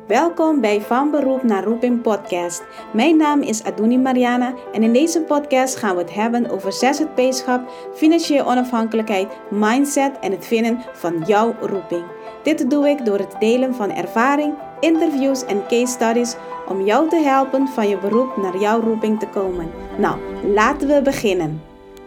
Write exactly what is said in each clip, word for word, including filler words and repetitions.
Welkom bij Van Beroep naar Roeping podcast. Mijn naam is Adouni Mariana en in deze podcast gaan we het hebben over Z Z P'schap, financiële onafhankelijkheid, mindset en het vinden van jouw roeping. Dit doe ik door het delen van ervaring, interviews en case studies om jou te helpen van je beroep naar jouw roeping te komen. Nou, laten we beginnen.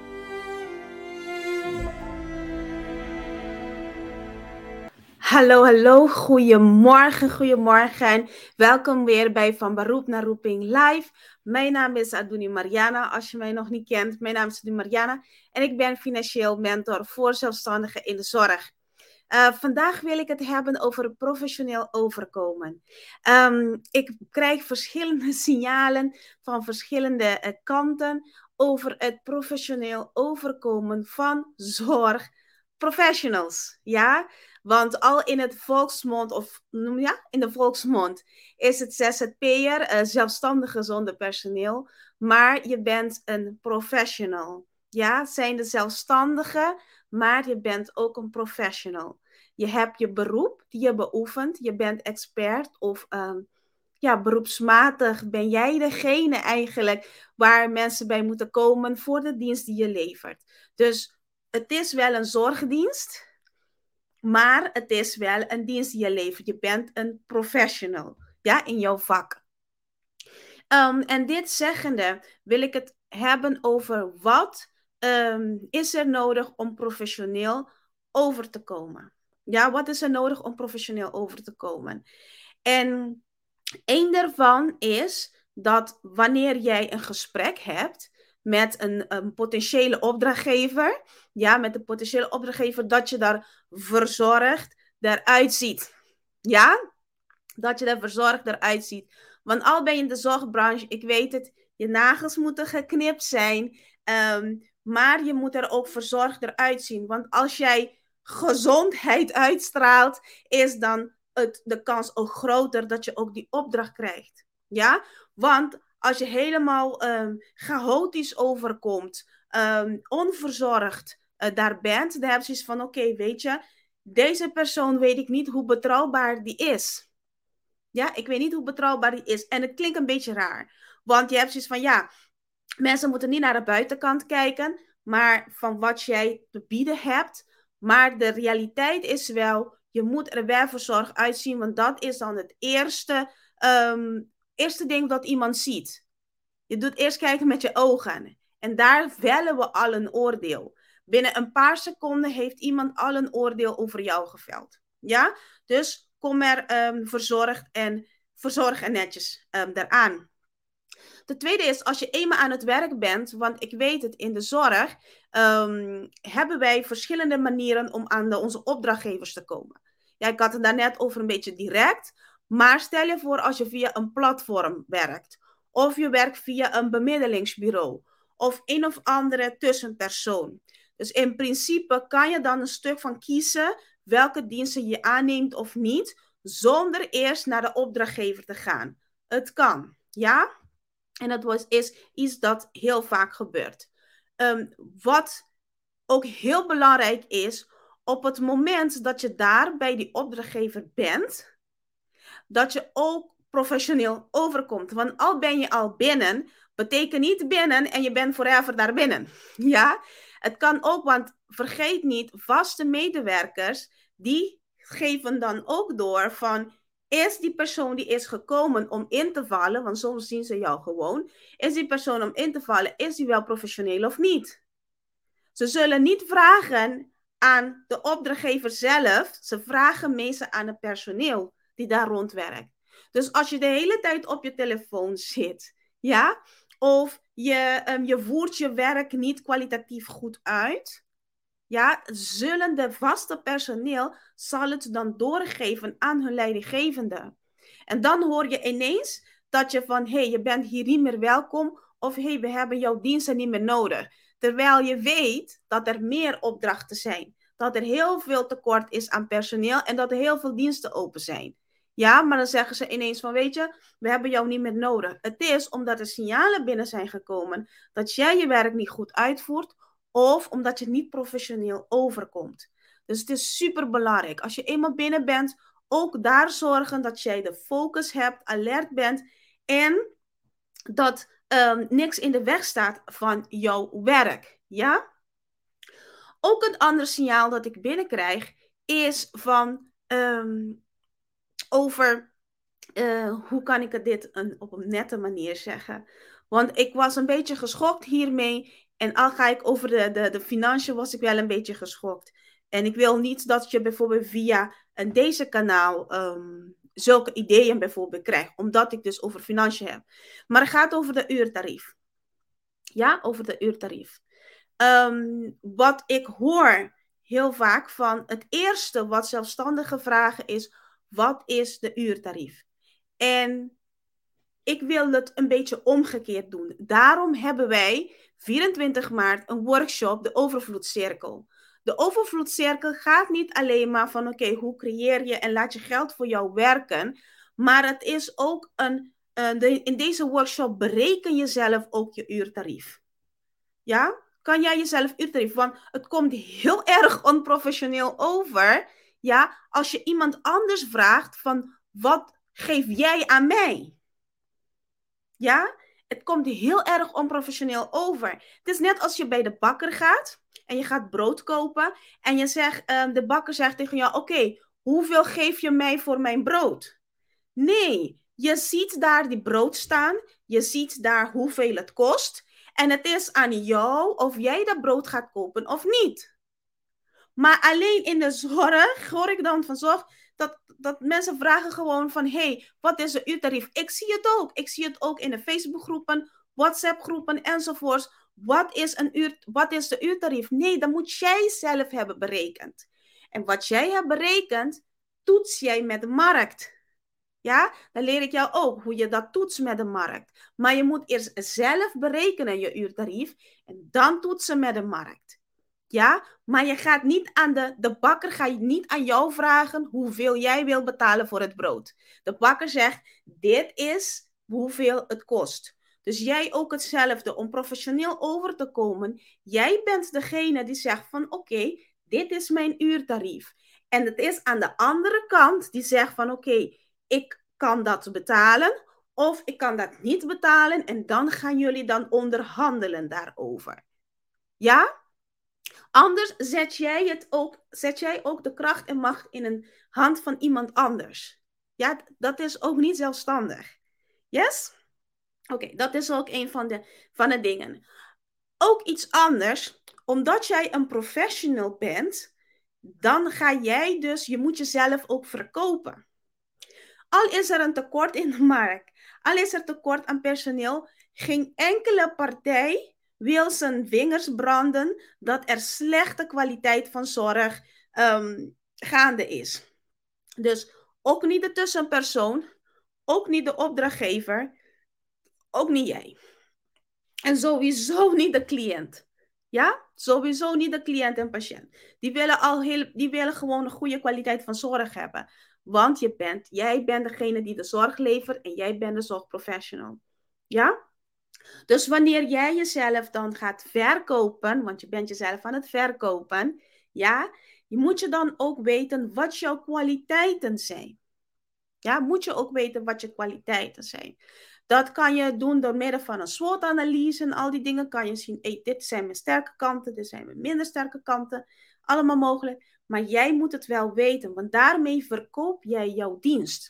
Hallo, hallo, goedemorgen, goedemorgen. Welkom weer bij Van Beroep naar Roeping Live. Mijn naam is Adouni Mariana, als je mij nog niet kent. Mijn naam is Adouni Mariana en ik ben financieel mentor voor zelfstandigen in de zorg. Uh, vandaag wil ik het hebben over professioneel overkomen. Um, ik krijg verschillende signalen van verschillende uh, kanten over het professioneel overkomen van zorgprofessionals. Ja, want al in het volksmond, of noem ja, in de volksmond, is het Z Z P'er, uh, zelfstandige zonder personeel, maar je bent een professional. Ja, zijn de zelfstandigen, maar je bent ook een professional. Je hebt je beroep die je beoefent, je bent expert of um, ja, beroepsmatig ben jij degene eigenlijk waar mensen bij moeten komen voor de dienst die je levert. Dus het is wel een zorgdienst, maar het is wel een dienst die je levert. Je bent een professional, ja, in jouw vak. Um, en dit zeggende wil ik het hebben over wat um, is er nodig om professioneel over te komen. Ja, wat is er nodig om professioneel over te komen? En één daarvan is dat wanneer jij een gesprek hebt met een, een potentiële opdrachtgever, ja, met een potentiële opdrachtgever, dat je daar verzorgd eruit ziet. Ja, dat je er verzorgd eruit ziet. Want al ben je in de zorgbranche, ik weet het, je nagels moeten geknipt zijn, um, maar je moet er ook verzorgd eruit zien. Want als jij gezondheid uitstraalt, is dan het, de kans ook groter dat je ook die opdracht krijgt. Ja, want als je helemaal um, chaotisch overkomt, um, onverzorgd uh, daar bent, dan heb je zoiets van, oké, okay, weet je, deze persoon weet ik niet hoe betrouwbaar die is. Ja, ik weet niet hoe betrouwbaar die is. En het klinkt een beetje raar. Want je hebt zoiets van, ja, mensen moeten niet naar de buitenkant kijken, maar van wat jij te bieden hebt. Maar de realiteit is wel, je moet er wel verzorgd uitzien, want dat is dan het eerste, um, eerste ding dat iemand ziet. Je doet eerst kijken met je ogen. En daar vellen we al een oordeel. Binnen een paar seconden heeft iemand al een oordeel over jou geveld. Ja, dus kom er um, verzorgd en verzorg er netjes um, daaraan. De tweede is, als je eenmaal aan het werk bent, want ik weet het, in de zorg um, hebben wij verschillende manieren om aan de, onze opdrachtgevers te komen. Ja, ik had het daarnet over een beetje direct, maar stel je voor als je via een platform werkt, of je werkt via een bemiddelingsbureau, of een of andere tussenpersoon. Dus in principe kan je dan een stuk van kiezen welke diensten je aanneemt of niet, zonder eerst naar de opdrachtgever te gaan. Het kan, ja? En dat was, is iets dat heel vaak gebeurt. Um, wat ook heel belangrijk is, op het moment dat je daar bij die opdrachtgever bent, dat je ook professioneel overkomt. Want al ben je al binnen, betekent niet binnen en je bent forever daar binnen. Ja, het kan ook, want vergeet niet, vaste medewerkers, die geven dan ook door van, is die persoon die is gekomen om in te vallen, want soms zien ze jou gewoon, is die persoon om in te vallen, is die wel professioneel of niet? Ze zullen niet vragen aan de opdrachtgever zelf, ze vragen meestal aan het personeel die daar rondwerkt. Dus als je de hele tijd op je telefoon zit, ja, of je, um, je voert je werk niet kwalitatief goed uit, ja, zullen de vaste personeel, zal het dan doorgeven aan hun leidinggevende. En dan hoor je ineens dat je van, hé, hey, je bent hier niet meer welkom, of hé, hey, we hebben jouw diensten niet meer nodig. Terwijl je weet dat er meer opdrachten zijn. Dat er heel veel tekort is aan personeel en dat er heel veel diensten open zijn. Ja, maar dan zeggen ze ineens van, weet je, we hebben jou niet meer nodig. Het is omdat er signalen binnen zijn gekomen dat jij je werk niet goed uitvoert, of omdat je niet professioneel overkomt. Dus het is super belangrijk. Als je eenmaal binnen bent, ook daar zorgen dat jij de focus hebt, alert bent en dat um, niks in de weg staat van jouw werk. Ja? Ook een ander signaal dat ik binnenkrijg is van um, over uh, hoe kan ik het dit een, op een nette manier zeggen. Want ik was een beetje geschokt hiermee. En al ga ik over de, de, de financiën, was ik wel een beetje geschokt. En ik wil niet dat je bijvoorbeeld via een, deze kanaal um, zulke ideeën bijvoorbeeld krijgt. Omdat ik dus over financiën heb. Maar het gaat over de uurtarief. Ja, over de uurtarief. Um, wat ik hoor heel vaak van het eerste wat zelfstandigen vragen is, wat is de uurtarief? En ik wil het een beetje omgekeerd doen. Daarom hebben wij vierentwintig maart een workshop, de overvloedcirkel. De overvloedcirkel gaat niet alleen maar van oké, okay, hoe creëer je en laat je geld voor jou werken. Maar het is ook een, uh, de, in deze workshop bereken je zelf ook je uurtarief. Ja? Kan jij jezelf uurtarief? Want het komt heel erg onprofessioneel over. Ja? Als je iemand anders vraagt van wat geef jij aan mij? Ja? Het komt heel erg onprofessioneel over. Het is net als je bij de bakker gaat en je gaat brood kopen en je zegt, uh, de bakker zegt tegen jou, oké, okay, hoeveel geef je mij voor mijn brood? Nee, je ziet daar die brood staan, je ziet daar hoeveel het kost en het is aan jou of jij dat brood gaat kopen of niet. Maar alleen in de zorg hoor ik dan van zorg dat, dat mensen vragen gewoon van hey, wat is de uurtarief? Ik zie het ook. Ik zie het ook in de Facebookgroepen, WhatsApp-groepen enzovoorts. Wat is, een uur, wat is de uurtarief? Nee, dat moet jij zelf hebben berekend. En wat jij hebt berekend, toets jij met de markt. Ja, dan leer ik jou ook hoe je dat toetst met de markt. Maar je moet eerst zelf berekenen je uurtarief en dan toetsen met de markt. Ja, maar je gaat niet aan de, de bakker gaat niet aan jou vragen hoeveel jij wil betalen voor het brood. De bakker zegt, dit is hoeveel het kost. Dus jij ook hetzelfde, om professioneel over te komen. Jij bent degene die zegt van, oké, okay, dit is mijn uurtarief. En het is aan de andere kant die zegt van, oké, okay, ik kan dat betalen of ik kan dat niet betalen. En dan gaan jullie dan onderhandelen daarover. Ja? Anders zet jij, het ook, zet jij ook de kracht en macht in een hand van iemand anders. Ja, dat is ook niet zelfstandig. Yes? Oké, okay, dat is ook een van de, van de dingen. Ook iets anders, omdat jij een professional bent, dan ga jij dus, je moet jezelf ook verkopen. Al is er een tekort in de markt, al is er tekort aan personeel, geen enkele partij wil zijn vingers branden dat er slechte kwaliteit van zorg um, gaande is. Dus ook niet de tussenpersoon, ook niet de opdrachtgever, ook niet jij. En sowieso niet de cliënt. Ja, sowieso niet de cliënt en patiënt. Die willen, al heel, die willen gewoon een goede kwaliteit van zorg hebben. Want je bent, jij bent degene die de zorg levert en jij bent de zorgprofessional. Ja? Dus wanneer jij jezelf dan gaat verkopen, want je bent jezelf aan het verkopen, ja, je moet je dan ook weten wat jouw kwaliteiten zijn. Ja, moet je ook weten wat je kwaliteiten zijn. Dat kan je doen door middel van een SWOT-analyse en al die dingen kan je zien, hey, dit zijn mijn sterke kanten, dit zijn mijn minder sterke kanten, allemaal mogelijk. Maar jij moet het wel weten, want daarmee verkoop jij jouw dienst.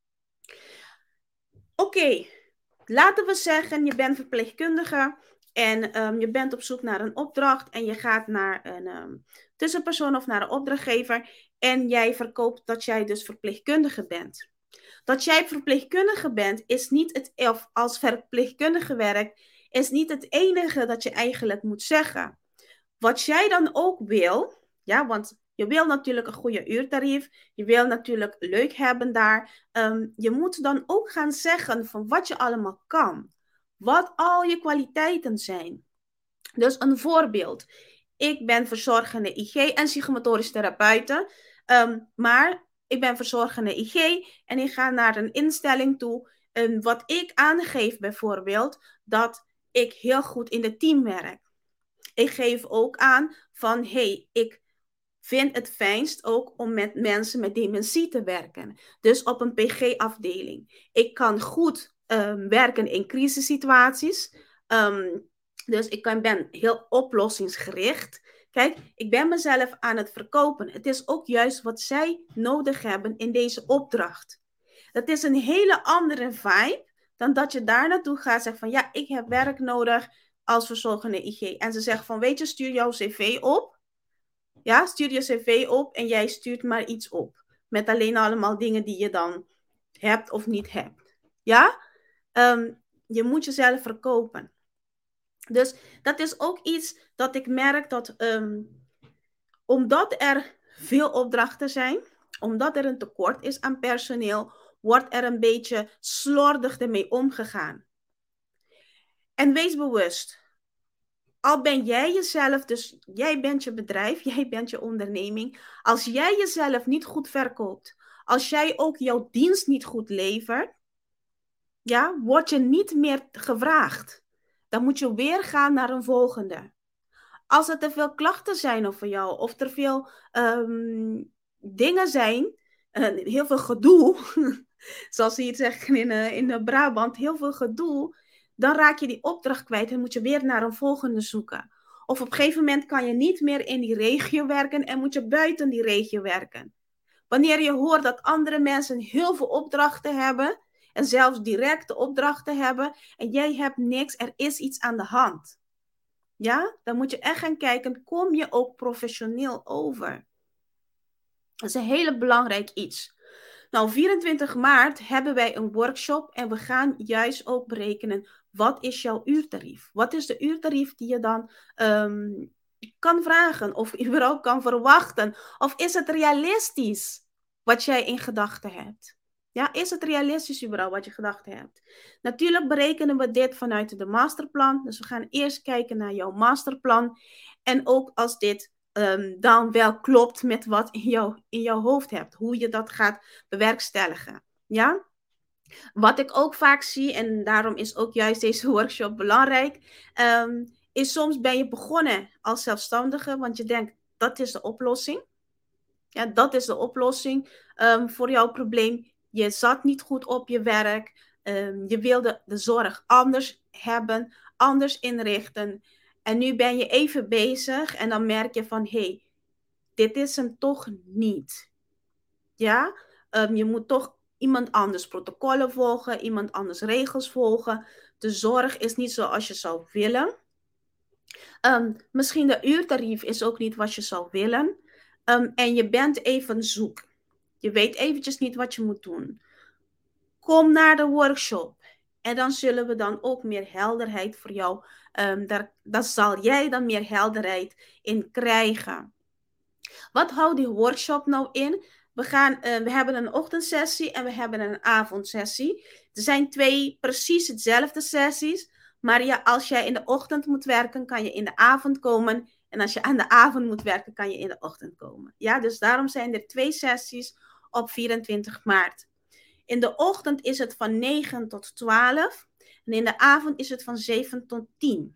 Oké. Okay. Laten we zeggen, je bent verpleegkundige en um, je bent op zoek naar een opdracht en je gaat naar een um, tussenpersoon of naar een opdrachtgever en jij verkoopt dat jij dus verpleegkundige bent. Dat jij verpleegkundige bent is niet het, of als verpleegkundige werkt, is niet het enige dat je eigenlijk moet zeggen. Wat jij dan ook wil, ja, want je wil natuurlijk een goede uurtarief. Je wil natuurlijk leuk hebben daar. Um, je moet dan ook gaan zeggen van wat je allemaal kan. Wat al je kwaliteiten zijn. Dus een voorbeeld. Ik ben verzorgende I G en psychomotorisch therapeute. Um, maar ik ben verzorgende I G en ik ga naar een instelling toe. En wat ik aangeef bijvoorbeeld, dat ik heel goed in het team werk. Ik geef ook aan van, hey, ik vind het fijnst ook om met mensen met dementie te werken. Dus op een P G-afdeling. Ik kan goed um, werken in crisissituaties. Um, dus ik kan, ben heel oplossingsgericht. Kijk, ik ben mezelf aan het verkopen. Het is ook juist wat zij nodig hebben in deze opdracht. Dat is een hele andere vibe dan dat je daar naartoe gaat en zegt van ja, ik heb werk nodig als verzorgende I G. En ze zegt van weet je, stuur jouw cv op. Ja, stuur je cv op en jij stuurt maar iets op. Met alleen allemaal dingen die je dan hebt of niet hebt. Ja, um, je moet jezelf verkopen. Dus dat is ook iets dat ik merk dat um, omdat er veel opdrachten zijn, omdat er een tekort is aan personeel, wordt er een beetje slordig ermee omgegaan. En wees bewust, al ben jij jezelf, dus jij bent je bedrijf, jij bent je onderneming, als jij jezelf niet goed verkoopt, als jij ook jouw dienst niet goed levert, ja, word je niet meer gevraagd. Dan moet je weer gaan naar een volgende. Als er te veel klachten zijn over jou, of er veel um, dingen zijn, uh, heel veel gedoe, zoals ze hier zeggen in, uh, in Brabant, heel veel gedoe, dan raak je die opdracht kwijt en moet je weer naar een volgende zoeken. Of op een gegeven moment kan je niet meer in die regio werken en moet je buiten die regio werken. Wanneer je hoort dat andere mensen heel veel opdrachten hebben en zelfs directe opdrachten hebben en jij hebt niks, er is iets aan de hand. Ja, dan moet je echt gaan kijken, kom je ook professioneel over? Dat is een hele belangrijk iets. Nou, vierentwintig maart hebben wij een workshop en we gaan juist ook berekenen, wat is jouw uurtarief? Wat is de uurtarief die je dan um, kan vragen of überhaupt kan verwachten? Of is het realistisch wat jij in gedachten hebt? Ja, is het realistisch überhaupt wat je gedachten hebt? Natuurlijk berekenen we dit vanuit de masterplan. Dus we gaan eerst kijken naar jouw masterplan. En ook als dit um, dan wel klopt met wat in, jou, in jouw hoofd hebt. Hoe je dat gaat bewerkstelligen. Ja? Wat ik ook vaak zie, en daarom is ook juist deze workshop belangrijk, um, is soms ben je begonnen als zelfstandige, want je denkt, dat is de oplossing. Ja, dat is de oplossing um, voor jouw probleem. Je zat niet goed op je werk. Um, je wilde de zorg anders hebben, anders inrichten. En nu ben je even bezig en dan merk je van, hé, hey, dit is hem toch niet. Ja, um, je moet toch iemand anders protocollen volgen, iemand anders regels volgen. De zorg is niet zoals je zou willen. Um, misschien de uurtarief is ook niet wat je zou willen. Um, en je bent even zoek. Je weet eventjes niet wat je moet doen. Kom naar de workshop. En dan zullen we dan ook meer helderheid voor jou. Um, daar, daar zal jij dan meer helderheid in krijgen. Wat houdt die workshop nou in? We, gaan, uh, we hebben een ochtendsessie en we hebben een avondsessie. Er zijn twee precies hetzelfde sessies. Maar ja, als jij in de ochtend moet werken, kan je in de avond komen. En als je aan de avond moet werken, kan je in de ochtend komen. Ja, dus daarom zijn er twee sessies op vierentwintig maart. In de ochtend is het van negen tot twaalf. En in de avond is het van zeven tot tien.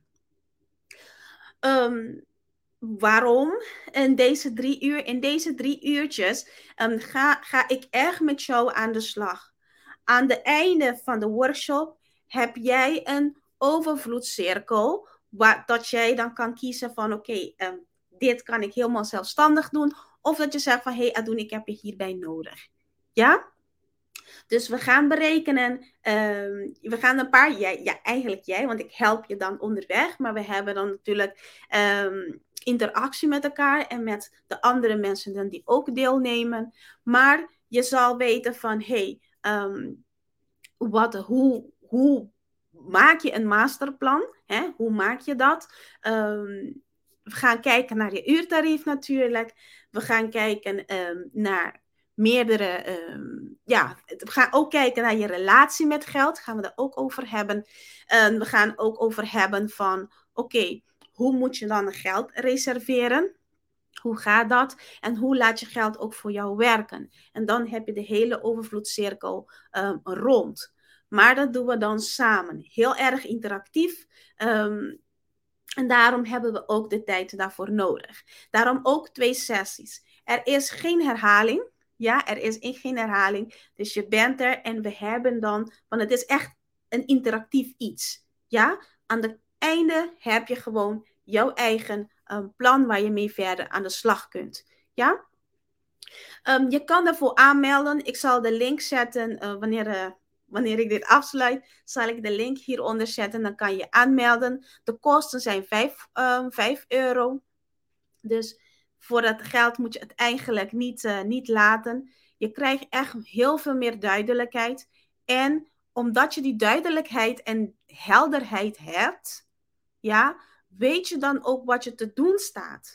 Um, waarom? In deze drie uur, in deze drie uurtjes um, ga, ga ik echt met jou aan de slag. Aan het einde van de workshop heb jij een overvloedcirkel, waar, dat jij dan kan kiezen van oké, okay, um, dit kan ik helemaal zelfstandig doen. Of dat je zegt van hé hey, Adoen, ik heb je hierbij nodig. Ja? Dus we gaan berekenen, um, we gaan een paar, jij, ja eigenlijk jij, want ik help je dan onderweg. Maar we hebben dan natuurlijk um, interactie met elkaar en met de andere mensen dan die ook deelnemen. Maar je zal weten van hé, hey, um, wat, hoe, hoe maak je een masterplan? Hè? Hoe maak je dat? Um, we gaan kijken naar je uurtarief natuurlijk. We gaan kijken um, naar meerdere... Um, ja, we gaan ook kijken naar je relatie met geld. Daar gaan we er ook over hebben. Um, we gaan ook over hebben van... Oké, okay, hoe moet je dan geld reserveren? Hoe gaat dat? En hoe laat je geld ook voor jou werken? En dan heb je de hele overvloedcirkel um, rond. Maar dat doen we dan samen. Heel erg interactief. Um, En daarom hebben we ook de tijd daarvoor nodig. Daarom ook twee sessies. Er is geen herhaling. Ja, er is geen herhaling. Dus je bent er en we hebben dan, want het is echt een interactief iets. Ja, aan het einde heb je gewoon jouw eigen um, plan waar je mee verder aan de slag kunt. Ja, um, je kan ervoor aanmelden. Ik zal de link zetten uh, wanneer, uh, wanneer ik dit afsluit. Zal ik de link hieronder zetten. Dan kan je aanmelden. De kosten zijn vijf euro. Dus voor dat geld moet je het eigenlijk niet, uh, niet laten. Je krijgt echt heel veel meer duidelijkheid. En omdat je die duidelijkheid en helderheid hebt, ja, weet je dan ook wat je te doen staat.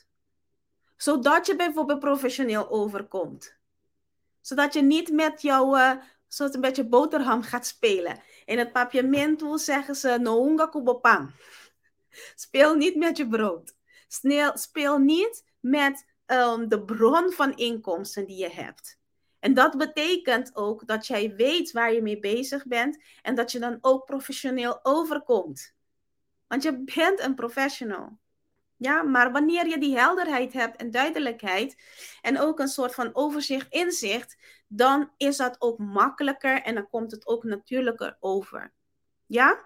Zodat je bijvoorbeeld professioneel overkomt. Zodat je niet met jouw, uh, zoals een beetje boterham gaat spelen. In het papiamento zeggen ze, no hunga kubopang. Speel niet met je brood. Speel niet met um, de bron van inkomsten die je hebt. En dat betekent ook dat jij weet waar je mee bezig bent en dat je dan ook professioneel overkomt. Want je bent een professional. Ja, maar wanneer je die helderheid hebt en duidelijkheid en ook een soort van overzicht, inzicht, dan is dat ook makkelijker en dan komt het ook natuurlijker over. Ja?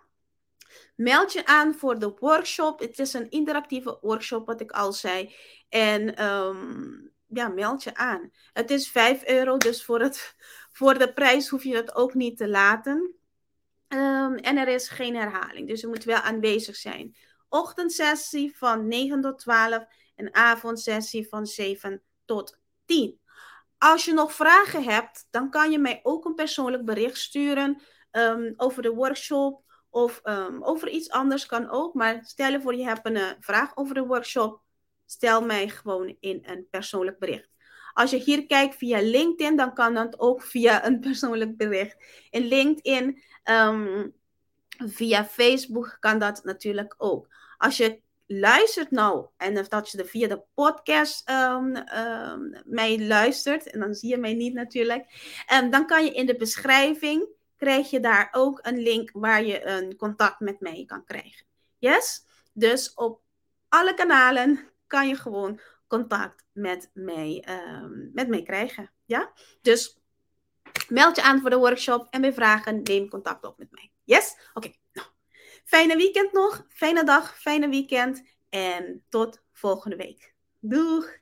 Meld je aan voor de workshop. Het is een interactieve workshop, wat ik al zei. En um, ja, meld je aan. Het is vijf euro, dus voor, het, voor de prijs hoef je dat ook niet te laten. Um, en er is geen herhaling, dus je moet wel aanwezig zijn. Ochtendsessie van negen tot twaalf en avondsessie van zeven tot tien. Als je nog vragen hebt, dan kan je mij ook een persoonlijk bericht sturen um, over de workshop of um, over iets anders kan ook. Maar stel je voor je hebt een uh, vraag over de workshop, stel mij gewoon in een persoonlijk bericht. Als je hier kijkt via LinkedIn, dan kan dat ook via een persoonlijk bericht. In LinkedIn, um, via Facebook kan dat natuurlijk ook. Als je luistert nou en of dat je via de podcast um, um, mij luistert, en dan zie je mij niet natuurlijk, um, dan kan je in de beschrijving, krijg je daar ook een link waar je een contact met mij kan krijgen. Yes? Dus op alle kanalen kan je gewoon contact met mij, um, met mij krijgen. Ja? Dus meld je aan voor de workshop en bij vragen neem contact op met mij. Yes? Oké. Okay. Nou, fijne weekend nog. Fijne dag, fijne weekend. En tot volgende week. Doeg!